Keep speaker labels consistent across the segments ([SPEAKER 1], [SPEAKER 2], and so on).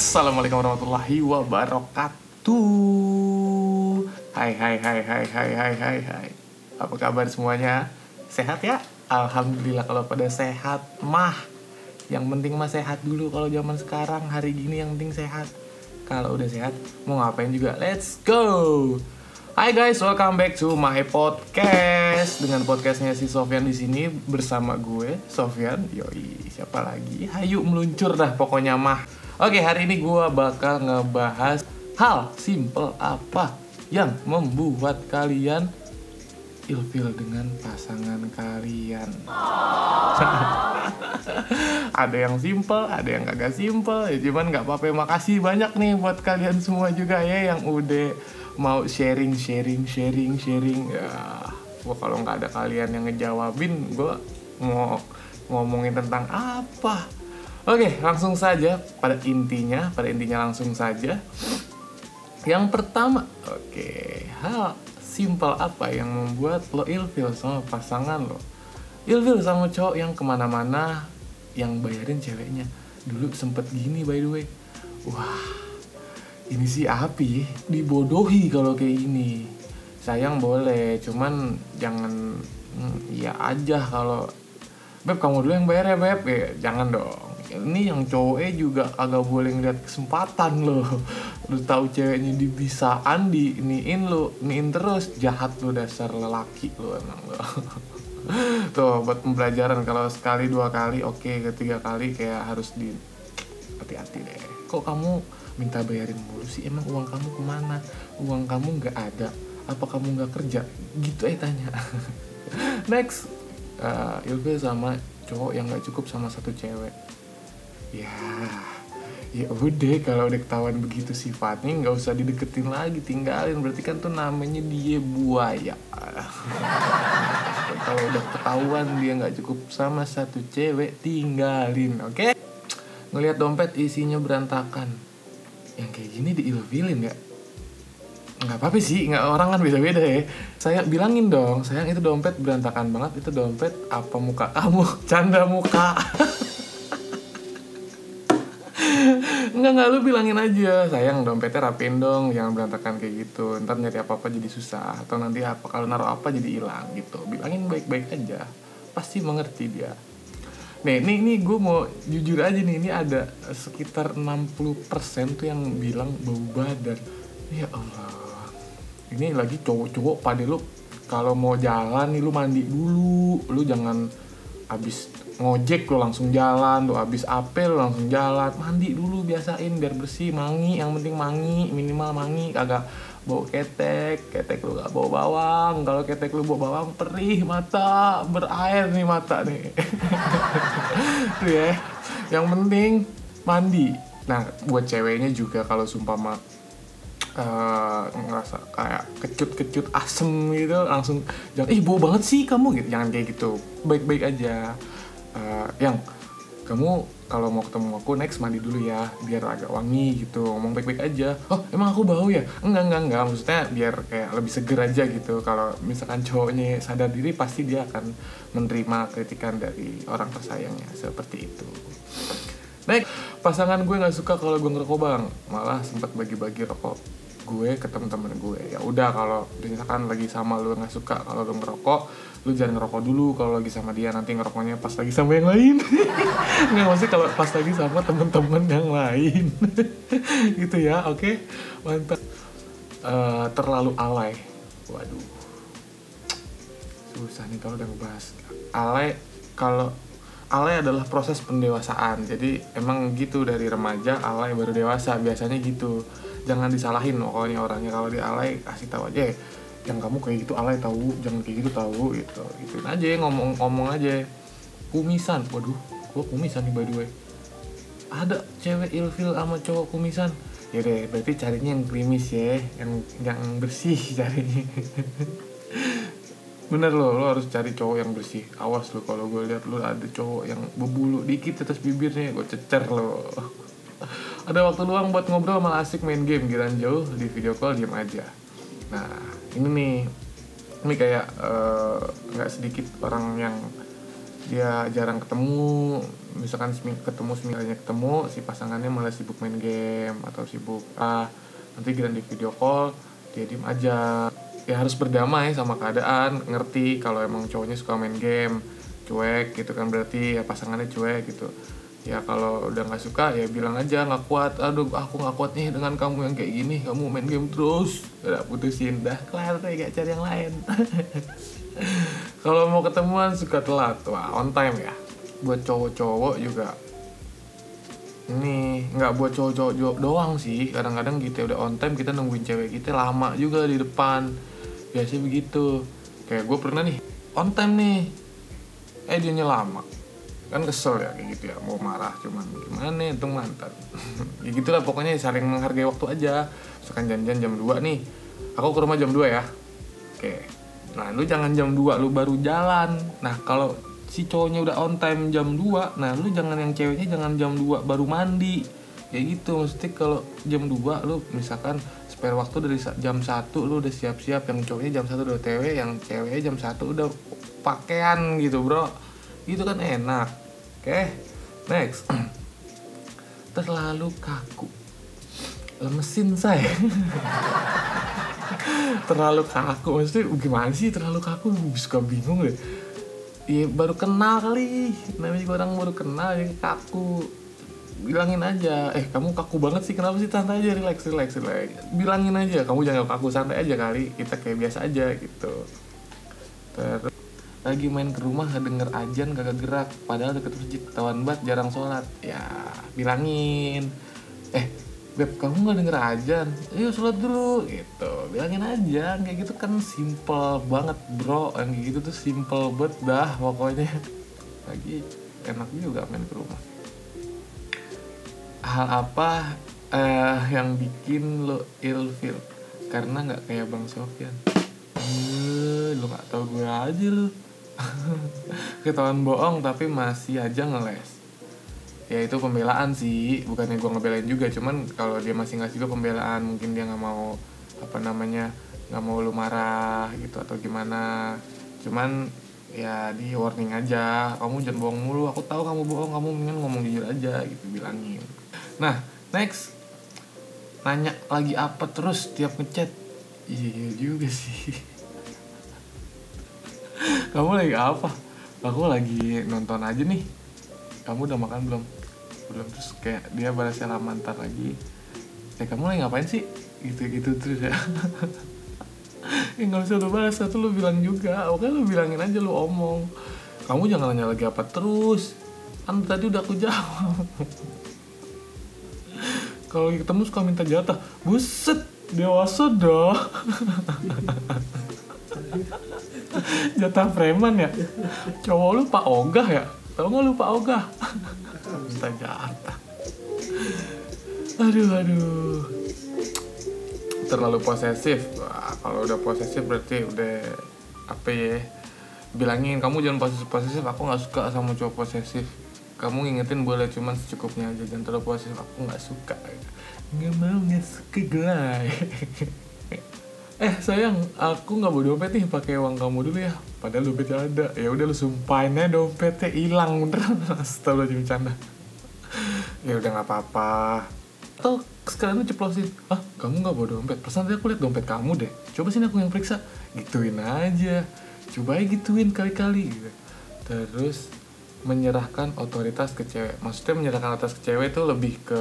[SPEAKER 1] Assalamualaikum warahmatullahi wabarakatuh. Hai. Apa kabar semuanya? Sehat ya? Alhamdulillah kalau pada sehat mah. Yang penting mah sehat dulu kalau zaman sekarang, hari gini yang penting sehat. Kalau udah sehat mau ngapain juga, let's go. Hai guys, welcome back to my podcast. Dengan podcastnya si Sofyan di sini bersama gue, Sofyan. Yoi, siapa lagi? Hayu meluncur dah pokoknya mah. Oke, hari ini gue bakal ngebahas hal simple apa yang membuat kalian ilfil dengan pasangan kalian. Ada yang simple, ada yang kagak simple. Ya cuman nggak apa-apa. Makasih banyak nih buat kalian semua juga ya yang udah mau sharing. Ya, gua kalau nggak ada kalian yang ngejawabin, gue mau ngomongin tentang apa? Oke, langsung saja pada intinya langsung saja. Yang pertama, hal simpel apa yang membuat lo ilfil sama pasangan lo? Ilfil sama cowok yang kemana-mana yang bayarin ceweknya. Dulu sempet gini by the way. Wah, ini sih api, dibodohi kalau kayak gini. Sayang boleh, cuman jangan ya aja kalau Beb kamu dulu yang bayar ya Beb. Jangan dong. Ini yang cowoknya juga agak boleh ngeliat kesempatan loh. Lu tahu ceweknya dibisaan, diiniin lo, iniin terus, jahat lo, dasar lelaki lo emang lo. Tuh buat pembelajaran, kalau sekali dua kali oke, ketiga kali kayak harus di hati-hati deh. Kok kamu minta bayarin mulu sih, emang uang kamu kemana? Uang kamu nggak ada, apa kamu nggak kerja? Gitu tanya. Next, ilfil sama cowok yang nggak cukup sama satu cewek. Ya udah, kalau udah ketahuan begitu sifatnya nggak usah dideketin lagi, tinggalin. Berarti kan tuh namanya dia buaya. Kalau udah ketahuan dia nggak cukup sama satu cewek, tinggalin, oke? Ngelihat dompet isinya berantakan, yang kayak gini diilfilin ya? Nggak apa-apa sih, nggak, orang kan beda-beda ya. Saya bilangin dong, sayang itu dompet berantakan banget, itu dompet apa muka kamu? Canda muka. Enggak, lu bilangin aja, sayang dompetnya rapiin dong, jangan berantakan kayak gitu, ntar nyari apa-apa jadi susah, atau nanti apa kalau naruh apa jadi hilang gitu. Bilangin baik-baik aja, pasti mengerti dia. Nih gue mau jujur aja nih, ini ada sekitar 60% tuh yang bilang bau badan. Ya Allah, ini lagi cowok-cowok pada lu kalau mau jalan nih lu mandi dulu, lu jangan abis ngojek lu langsung jalan, lu abis apel lu langsung jalan, mandi dulu, biasain biar bersih, mangi, yang penting mangi, minimal mangi, kagak bau ketek lu gak bau bawang, kalau ketek lu bau bawang perih mata, berair nih mata nih. Tuh ya, yang penting mandi. Nah buat ceweknya juga kalau sumpama ngerasa kayak kecut asem gitu, langsung jangan bau banget sih kamu gitu, jangan kayak gitu, baik-baik aja. Yang kamu kalau mau ketemu aku next mandi dulu ya biar agak wangi gitu, ngomong baik-baik aja. Oh emang aku bau ya? Enggak, maksudnya biar kayak lebih seger aja gitu. Kalau misalkan cowoknya sadar diri, pasti dia akan menerima kritikan dari orang tersayangnya, seperti itu. Next, pasangan gue nggak suka kalau gue ngerokok bang, malah sempat bagi-bagi rokok gue ke teman-teman gue. Ya udah, kalau misalkan lagi sama lu nggak suka kalau lu ngerokok, lu jangan ngerokok dulu kalau lagi sama dia, nanti ngerokoknya pas lagi sama yang lain. Nggak, maksudnya kalau pas lagi sama teman-teman yang lain. Gitu ya, oke? Mantap. Terlalu alay, waduh, susah nih kalau udah ngebahas alay adalah proses pendewasaan. Jadi emang gitu, dari remaja alay baru dewasa, biasanya gitu. Jangan disalahin pokoknya orangnya kalau dia alay, kasih tahu aja yang kamu kayak gitu alay tahu, jangan kayak gitu tahu gitu. Gituin aja, ngomong aja. Kumisan, waduh, gua kumisan nih by the way. Ada cewek ilfil sama cowok kumisan. Ya deh, berarti carinya yang krimis ya, yang bersih carinya. Bener lo harus cari cowok yang bersih. Awas lo kalau gue lihat lo ada cowok yang berbulu dikit atas bibirnya, gue cecer lo. Ada waktu luang buat ngobrol malah asik main game, giliran jauh di video call diam aja. Nah ini kayak nggak sedikit orang yang dia jarang ketemu, misalkan seminggunya ketemu, si pasangannya malah sibuk main game atau sibuk nanti giliran di video call dia diem aja. Ya harus berdamai sama keadaan, ngerti kalau emang cowoknya suka main game, cuek gitu kan, berarti ya pasangannya cuek gitu. Ya kalau udah nggak suka ya bilang aja nggak kuat, aduh aku nggak kuat nih dengan kamu yang kayak gini, kamu main game terus, udah putusin, dah kelar deh, gak cari yang lain. Kalau mau ketemuan suka telat, wah on time ya. Buat cowok-cowok juga ini nggak buat cowok-cowok doang sih, kadang-kadang gitu udah on time kita nungguin cewek kita lama juga di depan, biasanya begitu. Kayak gue pernah nih on time nih, dianya lama, kan kesel ya kayak gitu ya, mau marah cuman gimana itu mantan. Ya gitulah pokoknya, saling menghargai waktu aja. Misalkan janjian jam 2 nih, aku ke rumah jam 2 ya, oke, nah lu jangan jam 2 lu baru jalan. Nah kalau si cowoknya udah on time jam 2, nah lu jangan, yang ceweknya jangan jam 2 baru mandi kayak gitu. Maksudnya kalau jam 2 lu misalkan spare waktu dari jam 1 lu udah siap-siap, yang cowoknya jam 1 udah TW, yang ceweknya jam 1 udah pakaian gitu bro, gitu kan enak. Oke, next. Terlalu kaku, lemesin saya. Terlalu kaku, maksudnya gimana sih terlalu kaku? Suka bingung deh. Ya baru kenal kali, namanya juga orang baru kenal jadi kaku. Bilangin aja, kamu kaku banget sih, kenapa sih, santai aja, relax. Bilangin aja, kamu jangan kaku, santai aja kali, kita kayak biasa aja gitu. Terus lagi main ke rumah ngedenger ajan kagak gerak, padahal deket masjid, ketahuan banget jarang sholat. Ya bilangin, Beb kamu gak denger ajan, ayo sholat dulu gitu, bilangin aja. Kayak gitu kan simple banget bro, yang kayak gitu tuh simple banget dah pokoknya. Lagi enak juga main ke rumah. Hal apa yang bikin lo ilfil karena gak kayak Bang Sofyan? Lo gak tau gue aja lo. Ketahuan bohong tapi masih aja ngeles. Ya itu pembelaan sih, bukannya gue ngebelain juga, cuman kalau dia masih ngasih gue pembelaan, mungkin dia nggak mau nggak mau lu marah gitu atau gimana. Cuman ya di warning aja, kamu jangan bohong mulu, aku tahu kamu bohong, kamu mendingan ngomong jujur aja gitu, bilangin. Nah next, nanya lagi apa terus tiap ngechat. Iya juga sih. Kamu lagi apa? Aku lagi nonton aja nih. Kamu udah makan belum? Terus kayak dia balasnya lama, ntar lagi, kamu lagi ngapain sih? Gitu terus ya. Nggak usah lu balas, satu lu bilang juga. Oke, lu bilangin aja, lu omong. Kamu jangan nanya lagi apa terus, kan tadi udah aku jawab. Kalau ketemu suka minta jatah, buset, dewasa dah. Jatah preman ya? Cowok lu Pak Ogah ya? Tau gak lu Pak Ogah? Minta jatah. Aduh. Terlalu posesif. Wah, kalau udah posesif berarti udah apa ya? Bilangin, kamu jangan posesif. Aku nggak suka sama cowok posesif. Kamu ngingetin boleh, cuman secukupnya aja. Jangan terlalu posesif. Aku nggak suka. Nggak suka gelai. Sayang, aku nggak bawa dompet nih, pakai uang kamu dulu ya. Padahal dompetnya ada. Ya udah lu sumpahin aja dompetnya hilang beneran. Astagfirullahaladzim, bercanda. Ya udah nggak apa-apa. Atau sekarang lu ceplosin, kamu nggak bawa dompet. Perasaan tadi aku lihat dompet kamu deh. Coba sini aku yang periksa. Gituin aja. Coba aja gituin kali-kali. Gitu. Terus menyerahkan otoritas ke cewek. Maksudnya menyerahkan otoritas ke cewek itu lebih ke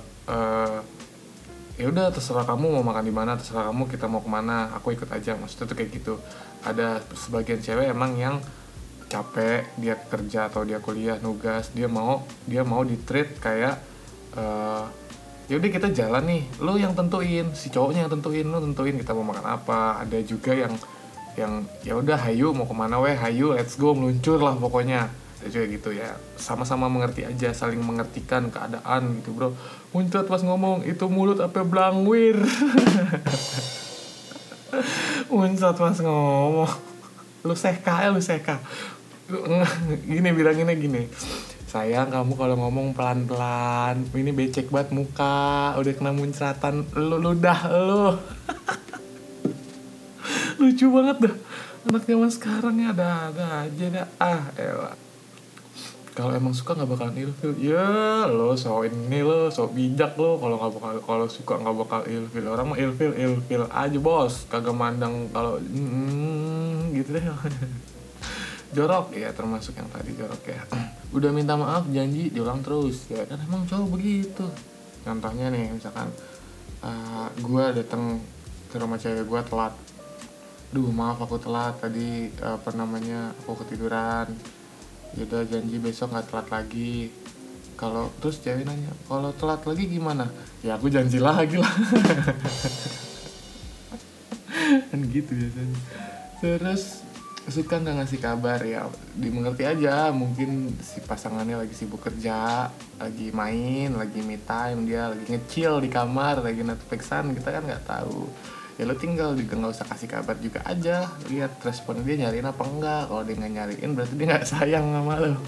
[SPEAKER 1] ya udah terserah kamu mau makan di mana, terserah kamu kita mau kemana, aku ikut aja. Maksudnya tuh kayak gitu. Ada sebagian cewek emang yang capek, dia kerja atau dia kuliah nugas, dia mau di treat kayak ya udah kita jalan nih, lu yang tentuin, si cowoknya yang tentuin, lu tentuin kita mau makan apa. Ada juga yang ya udah hayu mau kemana hayu let's go, meluncur lah pokoknya. Ada juga gitu ya, sama-sama mengerti aja, saling mengertikan keadaan gitu bro. Muncrat pas ngomong, itu mulut apa blangwir. Muncrat pas ngomong, lu seka. Gini bilanginnya gini, sayang kamu kalau ngomong pelan-pelan, ini becek banget muka, udah kena muncratan, lu ludah lu. Lucu banget dah, anak zaman sekarang ya ada aja dah. Elah. Kalau emang suka nggak bakalan ilfil. Ya lo so ini lo so bijak lo, kalau suka nggak bakal ilfil. Orang mah ilfil aja bos, kagak mandang kalau gitu deh. Jorok ya, termasuk yang tadi jorok ya. Udah minta maaf janji diulang terus ya kan, emang cowok begitu. Contohnya nih misalkan gue datang ke rumah cewek gue telat, duh maaf aku telat tadi, aku ketiduran, yaudah janji besok nggak telat lagi. Kalau terus cewek nanya kalau telat lagi gimana, ya aku janji lagi lah. Kan gitu biasanya. Terus suka nggak ngasih kabar, ya dimengerti aja, mungkin si pasangannya lagi sibuk kerja, lagi main, lagi me time, dia lagi nge-chill di kamar, lagi Netflixan, kita kan nggak tahu. Ya lo tinggal juga nggak usah kasih kabar juga aja, lihat respon dia nyariin apa enggak. Kalau dia nggak nyariin berarti dia nggak sayang sama lo.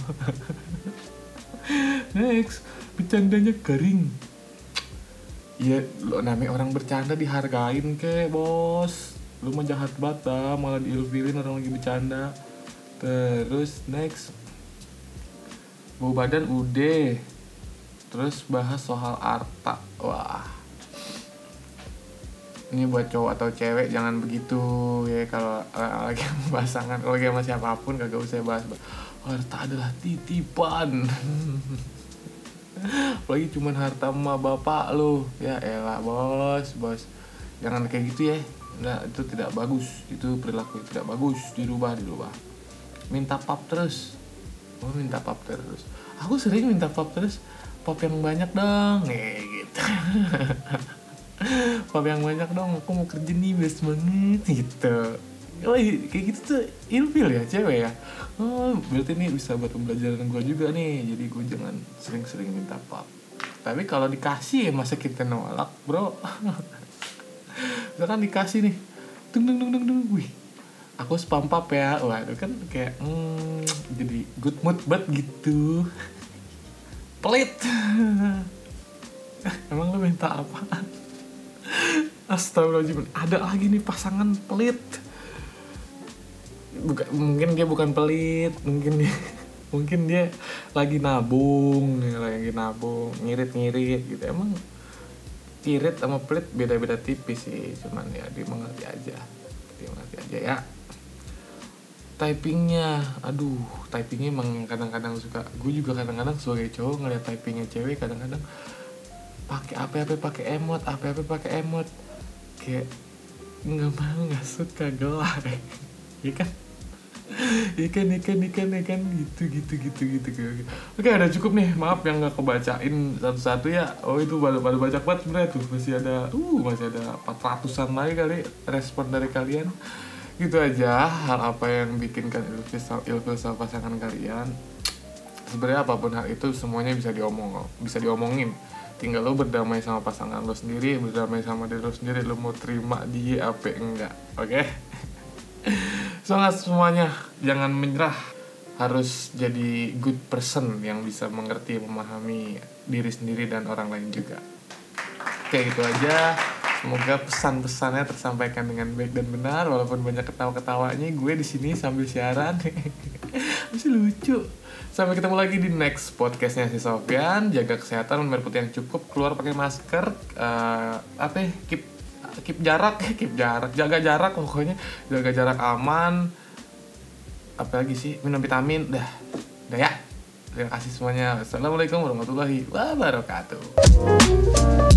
[SPEAKER 1] Next, bercandanya garing. Ya lo namanya orang bercanda dihargain ke bos. Lu mah jahat banget dah, malah diilfilin orang lagi bercanda. Terus next, bau badan udah, terus bahas soal harta. Wah, ini buat cowok atau cewek jangan begitu ya. Kalau lagi pasangan, kalau lagi sama siapapun kagak usah bahas harta adalah titipan. Apalagi cuman harta emak bapak lu. Ya elah bos, jangan kayak gitu ya. Nah itu tidak bagus, itu perilaku tidak bagus, dirubah. Minta pap terus, aku sering minta pap terus, pap yang banyak dong, gitu. Pap yang banyak dong, aku mau kerja nih, best banget gitu. Oh kayak gitu tuh ilfil ya cewek ya. Oh berarti nih bisa buat pembelajaran gue juga nih, jadi gue jangan sering-sering minta pap. Tapi kalau dikasih ya masa kita nolak bro. Misalkan dikasih nih, dung, wih, aku spam pap ya, wah itu kan kayak jadi good mood banget gitu. Pelit. Emang lo minta apa? Astagfirullahaladzim, ada lagi nih pasangan pelit. Mungkin dia bukan pelit, mungkin dia lagi nabung, ngirit gitu. Emang irit sama pelit beda-beda tipis sih, cuman ya dimengerti aja ya. Typingnya emang kadang-kadang suka, gue juga kadang-kadang sebagai cowok ngeliat typingnya cewek, kadang-kadang pakai apa pakai emot, kayak nggak suka gelar. Ikan gitu. Oke, udah cukup nih, maaf yang nggak kebacain satu-satu ya. Oh itu baru banyak banget sebenarnya tuh, masih ada 400-an lagi kali respon dari kalian. Gitu aja hal apa yang bikin kan ilfil sama pasangan kalian. Sebenarnya apapun hal itu semuanya bisa diomongin. Tinggal lo berdamai sama pasangan lo sendiri, berdamai sama diri lo sendiri, lo mau terima dia apa enggak. Oke? Semangat semuanya, jangan menyerah. Harus jadi good person yang bisa mengerti, memahami diri sendiri dan orang lain juga. Oke, gitu aja. Semoga pesan-pesannya tersampaikan dengan baik dan benar, walaupun banyak ketawa-ketawanya. Gue di sini sambil siaran. Masih lucu. Sampai ketemu lagi di next podcastnya si Sofyan. Jaga kesehatan, minum air putih yang cukup, keluar pakai masker, keep jarak, jaga jarak pokoknya, jaga jarak aman. Apalagi sih, minum vitamin, dah ya. Terima kasih semuanya. Assalamualaikum warahmatullahi wabarakatuh.